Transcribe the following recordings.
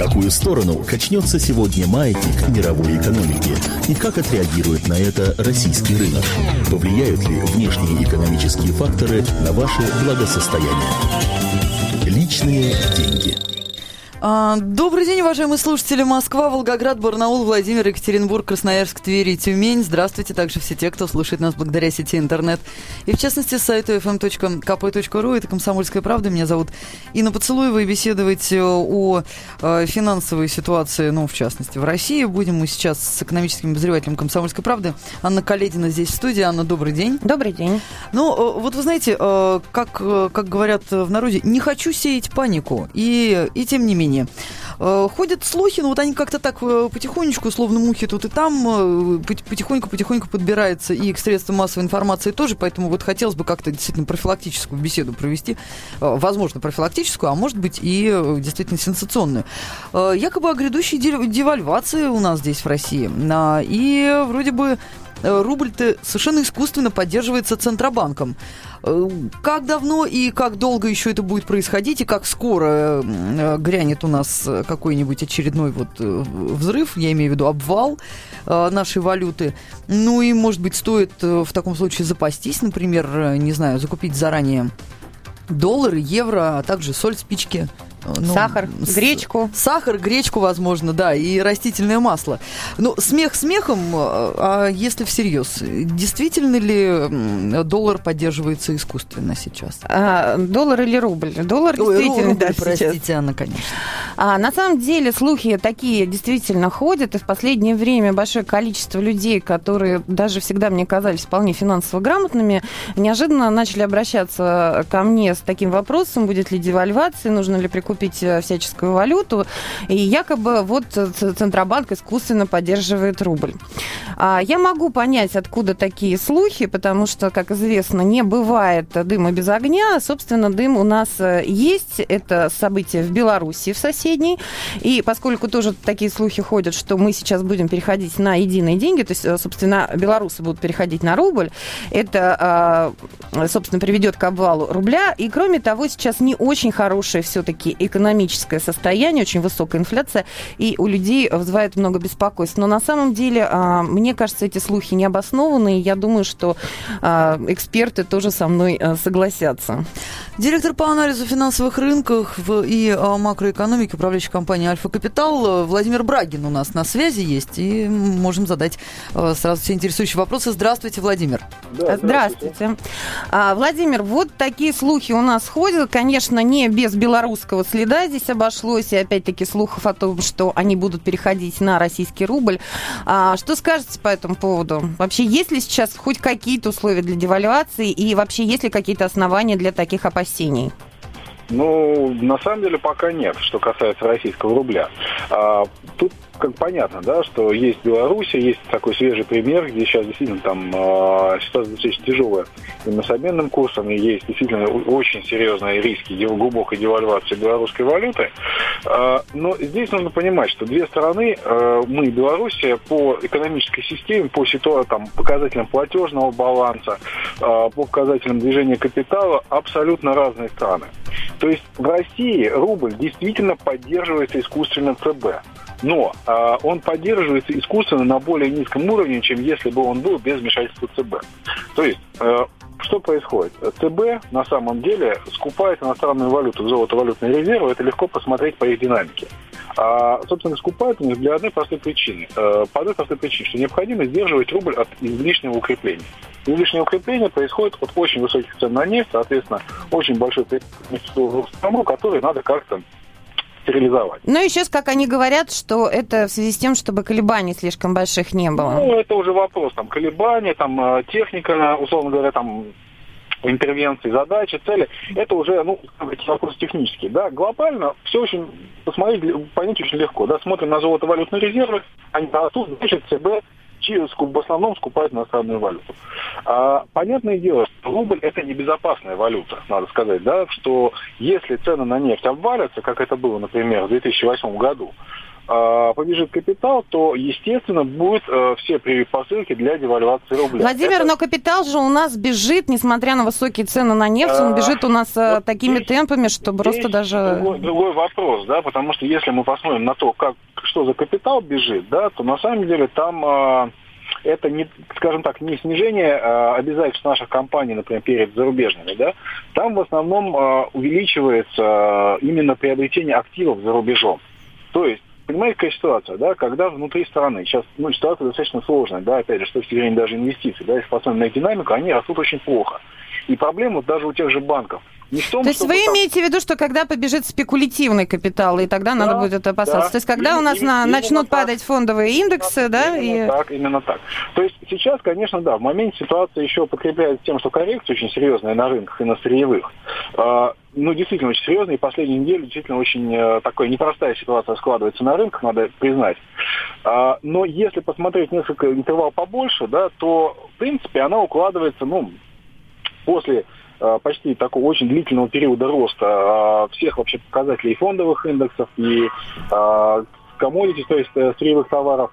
какую сторону качнется сегодня маятник мировой экономики и как отреагирует на это российский рынок? Повлияют ли внешние экономические факторы на ваше благосостояние? Личные деньги. Добрый день, уважаемые слушатели. Москва, Волгоград, Барнаул, Владимир, Екатеринбург, Красноярск, Тверь и Тюмень. Здравствуйте также все те, кто слушает нас благодаря сети интернет. И в частности, с сайта fm.kp.ru. Это «Комсомольская правда». Меня зовут Инна Поцелуева. И беседовать о финансовой ситуации, в частности, в России, будем мы сейчас с экономическим обозревателем «Комсомольской правды». Анна Каледина здесь в студии. Анна, добрый день. Добрый день. Вот вы знаете, как говорят в народе, не хочу сеять панику. И тем не менее. Ходят слухи, но вот они как-то так потихонечку, словно мухи тут и там, потихоньку подбирается и к средствам массовой информации тоже, поэтому вот хотелось бы как-то действительно профилактическую беседу провести, возможно, профилактическую, а может быть и действительно сенсационную. Якобы о грядущей девальвации у нас здесь в России, и вроде бы рубль-то совершенно искусственно поддерживается Центробанком. Как давно и как долго еще это будет происходить, и как скоро грянет у нас какой-нибудь очередной взрыв, я имею в виду обвал нашей валюты. И, может быть, стоит в таком случае запастись, например, не знаю, закупить заранее доллары, евро, а также соль, спички. Сахар, гречку. Сахар, гречку, возможно, да, и растительное масло. Смех смехом, а если всерьез, действительно ли доллар поддерживается искусственно сейчас? Доллар или рубль? Доллар действительно, рубль, да, простите, сейчас. Анна, конечно. На самом деле слухи такие действительно ходят, и в последнее время большое количество людей, которые даже всегда мне казались вполне финансово грамотными, неожиданно начали обращаться ко мне с таким вопросом: будет ли девальвация, нужно ли прикупить всяческую валюту, и якобы Центробанк искусственно поддерживает рубль. Я могу понять, откуда такие слухи, потому что, как известно, не бывает дыма без огня. Собственно, дым у нас есть. Это событие в Беларуси, в соседней. И поскольку тоже такие слухи ходят, что мы сейчас будем переходить на единые деньги, то есть, собственно, белорусы будут переходить на рубль, это, собственно, приведет к обвалу рубля. И, кроме того, сейчас не очень хорошее все-таки экономическое состояние, очень высокая инфляция, и у людей вызывает много беспокойств. Но на самом деле, мне кажется, эти слухи не обоснованы, и я думаю, что эксперты тоже со мной согласятся. Директор по анализу финансовых рынков и макроэкономики управляющей компании «Альфа Капитал» Владимир Брагин у нас на связи есть, и можем задать сразу все интересующие вопросы. Здравствуйте, Владимир. Да, здравствуйте. Владимир, вот такие слухи у нас ходят, конечно, не без белорусского следа здесь обошлось, и опять-таки слухов о том, что они будут переходить на российский рубль. Что скажете по этому поводу? Вообще, есть ли сейчас хоть какие-то условия для девальвации, и вообще есть ли какие-то основания для таких опасений? На самом деле пока нет, что касается российского рубля. Тут понятно, да, что есть Беларусь, есть такой свежий пример, где сейчас действительно там ситуация достаточно тяжелая именно с обменным курсом, и есть действительно очень серьезные риски глубокой девальвации белорусской валюты. Но здесь нужно понимать, что две стороны, мы и Белоруссия, по экономической системе, по показателям платежного баланса, по показателям движения капитала, абсолютно разные страны. То есть в России рубль действительно поддерживается искусственным ЦБ. Но он поддерживается искусственно на более низком уровне, чем если бы он был без вмешательства ЦБ. То есть, что происходит? ЦБ на самом деле скупает иностранную валюту в золотовалютные резервы, это легко посмотреть по их динамике. Собственно, скупают у них для одной простой причины. По одной простой причине, что необходимо сдерживать рубль от излишнего укрепления. Излишнее укрепление происходит от очень высоких цен на нефть, соответственно, очень большой страну, который надо как-то стерилизовать. И сейчас, как они говорят, что это в связи с тем, чтобы колебаний слишком больших не было. Это уже вопрос, колебания, техника, условно говоря, интервенции, задачи, цели. Это уже, вопросы технические. Да, глобально все очень понять очень легко. Да, смотрим на золотовалютные резервы, тут, значит, ЦБ в основном скупает иностранную валюту. Понятное дело, что рубль – это небезопасная валюта, надо сказать, да, что если цены на нефть обвалятся, как это было, например, в 2008 году, побежит капитал, то, естественно, будут все предпосылки для девальвации рубля. Владимир, но капитал же у нас бежит, несмотря на высокие цены на нефть, он бежит у нас такими темпами, что просто даже... Другой вопрос, да, потому что если мы посмотрим на то, что за капитал бежит, да, то на самом деле там... это, не, скажем так, не снижение обязательств наших компаний, например, перед зарубежными, да, там в основном увеличивается именно приобретение активов за рубежом. То есть, понимаете, какая ситуация, да, когда внутри страны, сейчас, ситуация достаточно сложная, да, опять же, с точки зрения даже инвестиций, да, если посмотрим на динамику, они растут очень плохо. И проблема даже у тех же банков не в том, то есть вы имеете в виду, что когда побежит спекулятивный капитал, и тогда надо будет опасаться? Да. То есть когда у нас начнут падать фондовые индексы, да? Именно так. То есть сейчас, конечно, да, в моменте ситуация еще подкрепляется тем, что коррекция очень серьезная на рынках и на сырьевых. Действительно очень серьезная, и последнюю неделю действительно очень такая непростая ситуация складывается на рынках, надо признать. Но если посмотреть несколько интервал побольше, да, то, в принципе, она укладывается, после почти такого очень длительного периода роста всех вообще показателей фондовых индексов и commodities, то есть сырьевых товаров,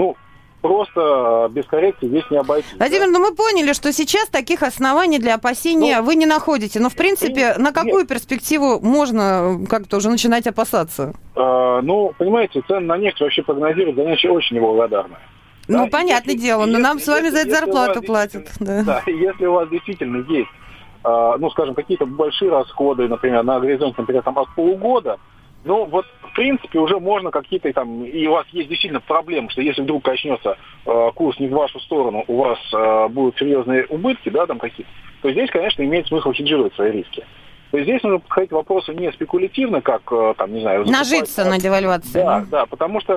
просто без коррекции здесь не обойтись. Владимир, мы поняли, что сейчас таких оснований для опасения вы не находите. Но, в принципе, на какую перспективу можно как-то уже начинать опасаться? Понимаете, цены на нефть вообще прогнозировать занятие очень неблагодарное. Да? Понятное дело, но нам с вами за это зарплату платят. Да, если у вас действительно есть, скажем, какие-то большие расходы, например, на горизонте, например, от полугода, в принципе, уже можно какие-то и у вас есть действительно проблемы, что если вдруг качнется курс не в вашу сторону, у вас будут серьезные убытки, да, какие-то, то здесь, конечно, имеет смысл хеджировать свои риски. То есть здесь нужно подходить к вопросу не спекулятивно, как, нажиться на девальвации. Да, потому что,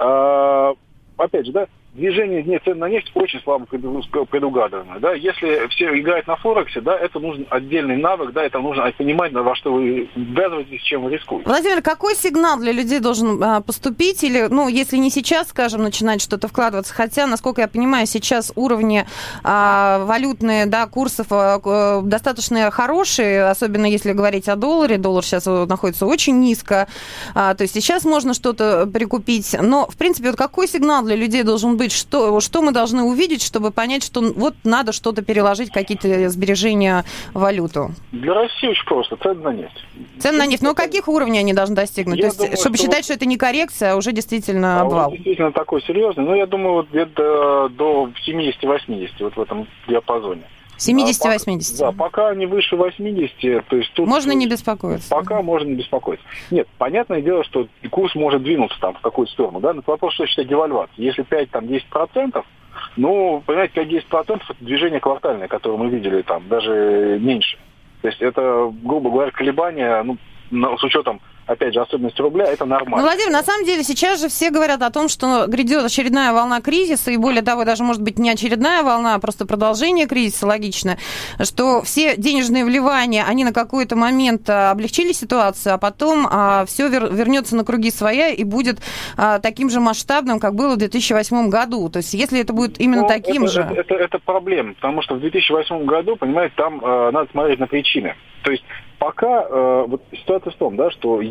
опять же, движение цен на нефть очень слабо предугадываемо. Да? Если все играют на Форексе, это нужен отдельный навык, это нужно понимать, во что вы ввязываетесь, чем вы рискуете. Владимир, какой сигнал для людей должен поступить? Или, если не сейчас, скажем, начинать что-то вкладываться, хотя, насколько я понимаю, сейчас уровни валютные, курсов достаточно хорошие, особенно если говорить о долларе. Доллар сейчас находится очень низко, то есть сейчас можно что-то прикупить. Но, в принципе, какой сигнал для людей должен быть? Что мы должны увидеть, чтобы понять, что надо что-то переложить, какие-то сбережения в валюту? Для России очень просто. Цены на нефть. Цены на нефть. Каких уровней они должны достигнуть? Чтобы считать, что это не коррекция, а уже действительно обвал. Действительно такой серьезный. Я думаю, где-то до 70-80, в этом диапазоне. 70-80. Да, пока не выше 80, то есть тут... Можно не беспокоиться. Пока можно не беспокоиться. Нет, понятное дело, что курс может двинуться в какую-то сторону, да, но вопрос, что считать девальвацией. Если 5-10%, понимаете, 5-10% это движение квартальное, которое мы видели даже меньше. То есть это, грубо говоря, колебания, с учетом, опять же, особенности рубля, это нормально. Владимир, на самом деле сейчас же все говорят о том, что грядет очередная волна кризиса, и более того, даже может быть не очередная волна, а просто продолжение кризиса, логично, что все денежные вливания, они на какой-то момент облегчили ситуацию, а потом все вернется на круги своя и будет таким же масштабным, как было в 2008 году. То есть если это будет именно таким же... Это проблема, потому что в 2008 году, понимаете, там надо смотреть на причины. То есть пока ситуация в том, что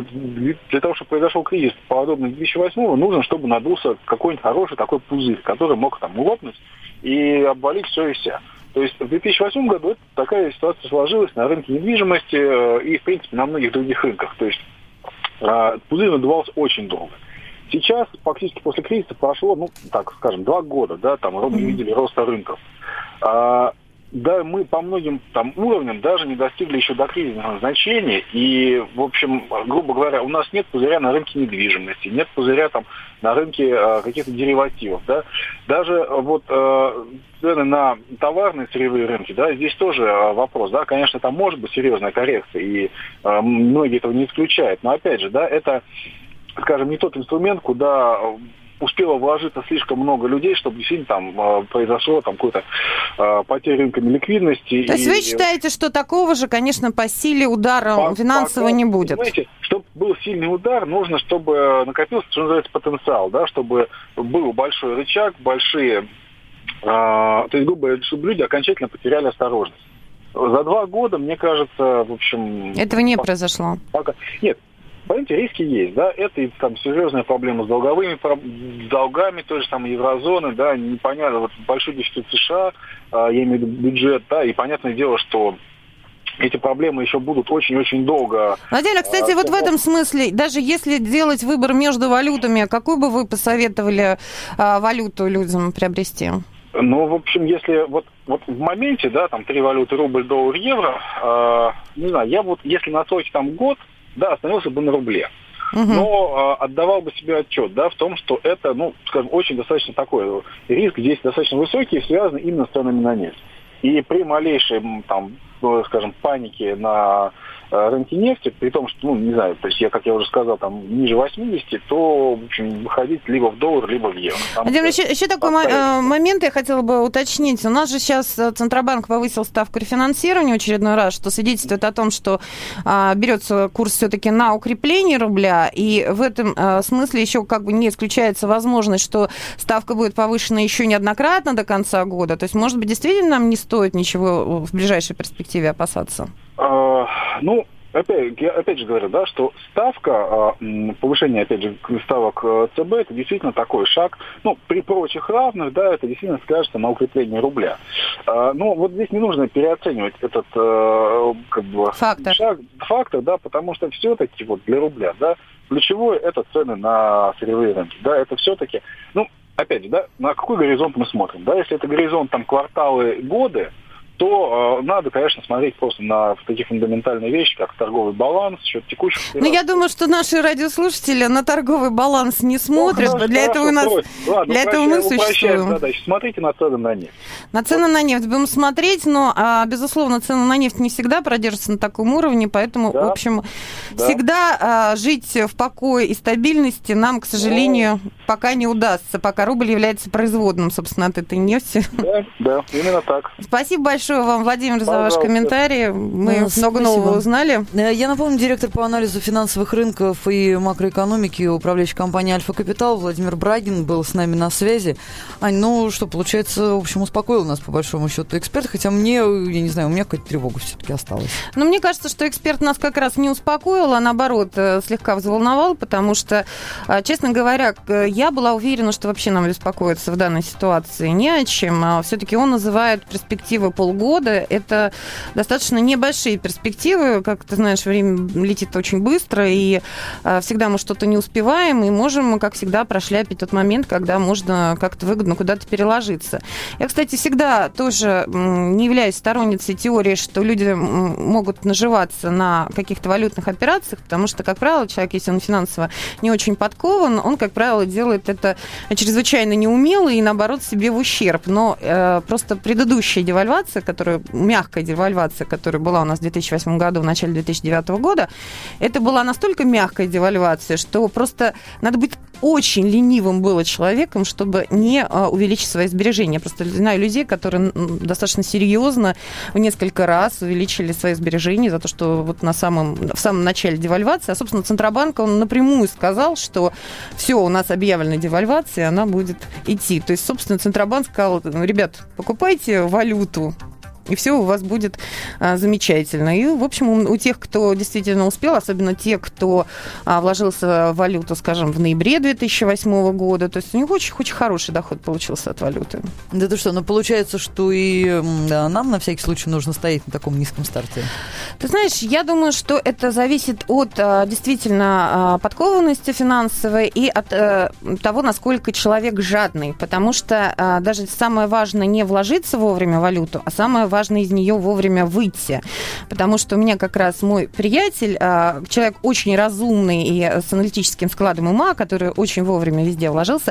для того, чтобы произошел кризис подобный 2008-го, нужно, чтобы надулся какой-нибудь хороший такой пузырь, который мог лопнуть и обвалить все и вся. То есть в 2008 году такая ситуация сложилась на рынке недвижимости и, в принципе, на многих других рынках. То есть пузырь надувался очень долго. Сейчас, фактически после кризиса, прошло, 2 года, мы видели роста рынков. Мы по многим уровням даже не достигли еще до кризисного значения. И, в общем, грубо говоря, у нас нет пузыря на рынке недвижимости, нет пузыря на рынке каких-то деривативов. Да? Даже цены на товарные сырьевые рынки, здесь тоже вопрос. Да? Конечно, там может быть серьезная коррекция, и многие этого не исключают. Но, опять же, это, скажем, не тот инструмент, куда... успело вложиться слишком много людей, чтобы действительно произошло какое-то потеря рынками ликвидности. То есть вы считаете, что такого же, конечно, по силе удара финансового не будет? Понимаете, чтобы был сильный удар, нужно, чтобы накопился, что называется, потенциал, чтобы был большой рычаг, большие... то есть, грубо говоря, чтобы люди окончательно потеряли осторожность. За 2 года, мне кажется, в общем... Этого не произошло? Нет. Понимаете, риски есть, да, это и там серьезная проблема с долгами той же самой еврозоны, да, непонятно, вот большой дефицит США, я имею в виду бюджет, да, и понятное дело, что эти проблемы еще будут очень-очень долго. Владимир, кстати, вот в этом смысле, даже если делать выбор между валютами, какую бы вы посоветовали валюту людям приобрести? Ну, в общем, если вот в моменте, да, там 3 валюты, рубль, доллар, евро, не знаю, я вот, если на сроке там год, да, остановился бы на рубле. Но отдавал бы себе отчет, да, в том, что это, ну, скажем, очень достаточно такой риск здесь достаточно высокий, связан именно с ценами на нефть. И при малейшей, там, скажем, панике на рынке нефти, при том, что, ну, не знаю, то есть как я уже сказал, там, ниже 80, то, в общем, выходить либо в доллар, либо в евро. Владимир, еще такой момент я хотела бы уточнить. У нас же сейчас Центробанк повысил ставку рефинансирования в очередной раз, что свидетельствует о том, что берется курс все-таки на укрепление рубля, и в этом смысле еще как бы не исключается возможность, что ставка будет повышена еще неоднократно до конца года. То есть, может быть, действительно нам не стоит ничего в ближайшей перспективе опасаться? Ну, опять же говорю, да, что ставка, повышение, опять же, ставок ЦБ, это действительно такой шаг, ну, при прочих равных, да, это действительно скажется на укрепление рубля. Но вот здесь не нужно переоценивать этот, как бы, фактор, да, потому что все-таки вот для рубля, да, ключевое это цены на сырьевые рынки, да, это все-таки, ну, опять же, да, на какой горизонт мы смотрим, да, если это горизонт, там, кварталы, годы, то надо, конечно, смотреть просто на такие фундаментальные вещи, как торговый баланс, счет текущих операций. Ну, я думаю, что наши радиослушатели на торговый баланс не смотрят. Ну, для этого у нас, для этого мы существуем. Задачу. Смотрите на цены на нефть. На цены на нефть будем смотреть, но, безусловно, цены на нефть не всегда продержатся на таком уровне, поэтому, в общем, всегда жить в покое и стабильности нам, к сожалению, пока не удастся, пока рубль является производным, собственно, от этой нефти. Да, именно так. Спасибо большое вам, Владимир, за ваш комментарий. Мы много нового узнали. Я напомню, директор по анализу финансовых рынков и макроэкономики управляющей компании «Альфа Капитал» Владимир Брагин был с нами на связи. Ань, ну что, получается, в общем, успокоил нас по большому счету эксперт, хотя мне, я не знаю, у меня какая-то тревога все-таки осталась. Но мне кажется, что эксперт нас как раз не успокоил, а наоборот слегка взволновал, потому что, честно говоря, я была уверена, что вообще нам беспокоиться в данной ситуации не о чем. Все-таки он называет перспективы полгода. Это достаточно небольшие перспективы. Как ты знаешь, время летит очень быстро, и всегда мы что-то не успеваем, и можем, как всегда, прошляпить тот момент, когда можно как-то выгодно куда-то переложиться. Я, кстати, всегда тоже не являюсь сторонницей теории, что люди могут наживаться на каких-то валютных операциях, потому что, как правило, человек, если он финансово не очень подкован, он, как правило, делает это чрезвычайно неумело и, наоборот, себе в ущерб. Но просто предыдущая девальвация, мягкая девальвация, которая была у нас в 2008 году, в начале 2009 года, это была настолько мягкая девальвация, что просто надо быть очень ленивым было человеком, чтобы не увеличить свои сбережения. Я просто знаю людей, которые достаточно серьезно в несколько раз увеличили свои сбережения за то, что вот в самом начале девальвации, а, собственно, Центробанк, он напрямую сказал, что все, у нас объявлена девальвация, она будет идти. То есть, собственно, Центробанк сказал: ребят, покупайте валюту, и все у вас будет замечательно. И, в общем, у тех, кто действительно успел, особенно те, кто вложился в валюту, скажем, в ноябре 2008 года, то есть у них очень хороший доход получился от валюты. Да ты что, ну получается, что и нам на всякий случай нужно стоять на таком низком старте? Ты знаешь, я думаю, что это зависит от действительно подкованности финансовой и от того, насколько человек жадный, потому что даже самое важное не вложиться вовремя в валюту, а самое важное из нее вовремя выйти. Потому что у меня как раз мой приятель, человек очень разумный и с аналитическим складом ума, который очень вовремя везде вложился,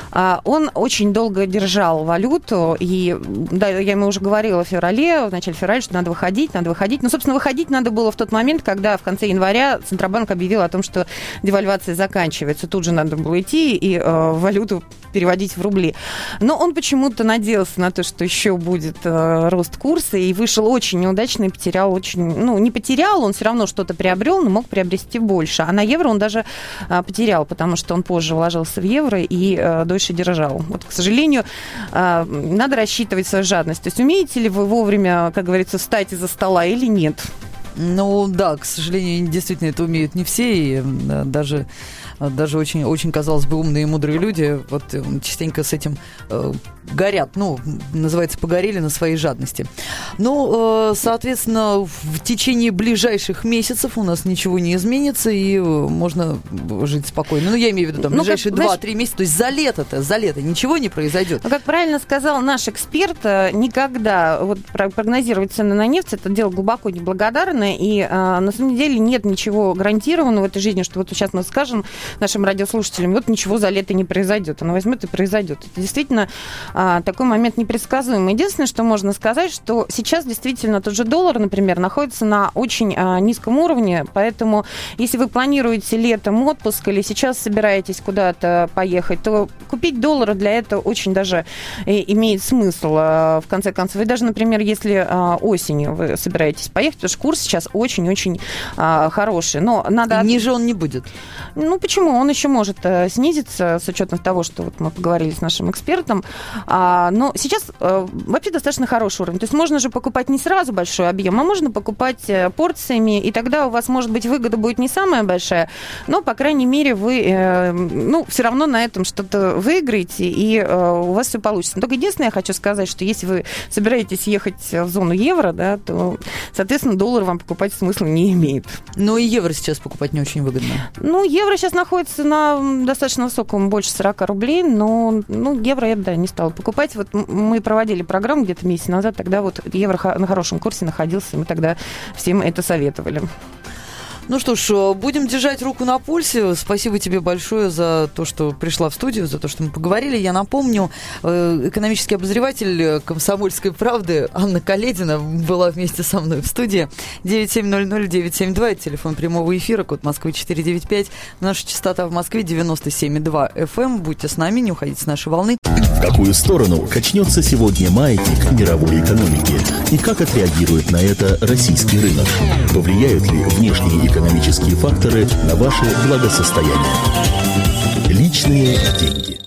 он очень долго держал валюту. И да, я ему уже говорила в начале февраля, что надо выходить. Но, собственно, выходить надо было в тот момент, когда в конце января Центробанк объявил о том, что девальвация заканчивается. Тут же надо было идти и валюту переводить в рубли. Но он почему-то надеялся на то, что еще будет рост курса, и вышел очень неудачно и потерял очень... Ну, не потерял, он все равно что-то приобрел, но мог приобрести больше. А на евро он даже потерял, потому что он позже вложился в евро и дольше держал. Вот, к сожалению, надо рассчитывать свою жадность. То есть умеете ли вы вовремя, как говорится, встать из-за стола или нет? Ну да, к сожалению, действительно это умеют не все, и даже очень, очень, казалось бы, умные и мудрые люди вот частенько с этим горят, ну, называется, погорели на своей жадности. Ну, соответственно, в течение ближайших месяцев у нас ничего не изменится, и можно жить спокойно. Ну, я имею в виду, там, ближайшие 2-3 месяца, то есть за лето ничего не произойдет. Ну, как правильно сказал наш эксперт, никогда вот прогнозировать цены на нефть, это дело глубоко неблагодарное, и на самом деле нет ничего гарантированного в этой жизни, что вот сейчас мы скажем нашим радиослушателям, вот ничего за лето не произойдет, оно возьмет и произойдет. Это действительно такой момент непредсказуемый. Единственное, что можно сказать, что сейчас действительно тот же доллар, например, находится на очень низком уровне, поэтому если вы планируете летом отпуск или сейчас собираетесь куда-то поехать, то купить доллары для этого очень даже имеет смысл, в конце концов. И даже, например, если осенью вы собираетесь поехать, потому что курс сейчас очень-очень хороший. Но надо... Ниже он не будет. Ну, почему? Он еще может снизиться с учетом того, что вот мы поговорили с нашим экспертом. Но сейчас вообще достаточно хороший уровень. То есть можно же покупать не сразу большой объем, а можно покупать порциями, и тогда у вас, может быть, выгода будет не самая большая, но, по крайней мере, вы все равно на этом что-то выиграете, и у вас все получится. Но только единственное, я хочу сказать, что если вы собираетесь ехать в зону евро, да, то, соответственно, доллар вам покупать смысла не имеет. Но и евро сейчас покупать не очень выгодно. Ну, евро сейчас находится на достаточно высоком, больше 40 рублей, но евро я бы, не стала покупать. Вот мы проводили программу где-то месяц назад, тогда вот евро на хорошем курсе находился, мы тогда всем это советовали. Ну что ж, будем держать руку на пульсе. Спасибо тебе большое за то, что пришла в студию, за то, что мы поговорили. Я напомню, экономический обозреватель «Комсомольской правды» Анна Каледина была вместе со мной в студии. 9700-972, это телефон прямого эфира, код Москвы 495. Наша частота в Москве 97,2 FM. Будьте с нами, не уходите с нашей волны. В какую сторону качнется сегодня маятник мировой экономики? И как отреагирует на это российский рынок? Повлияют ли внешние экономические факторы на ваше благосостояние? Личные деньги.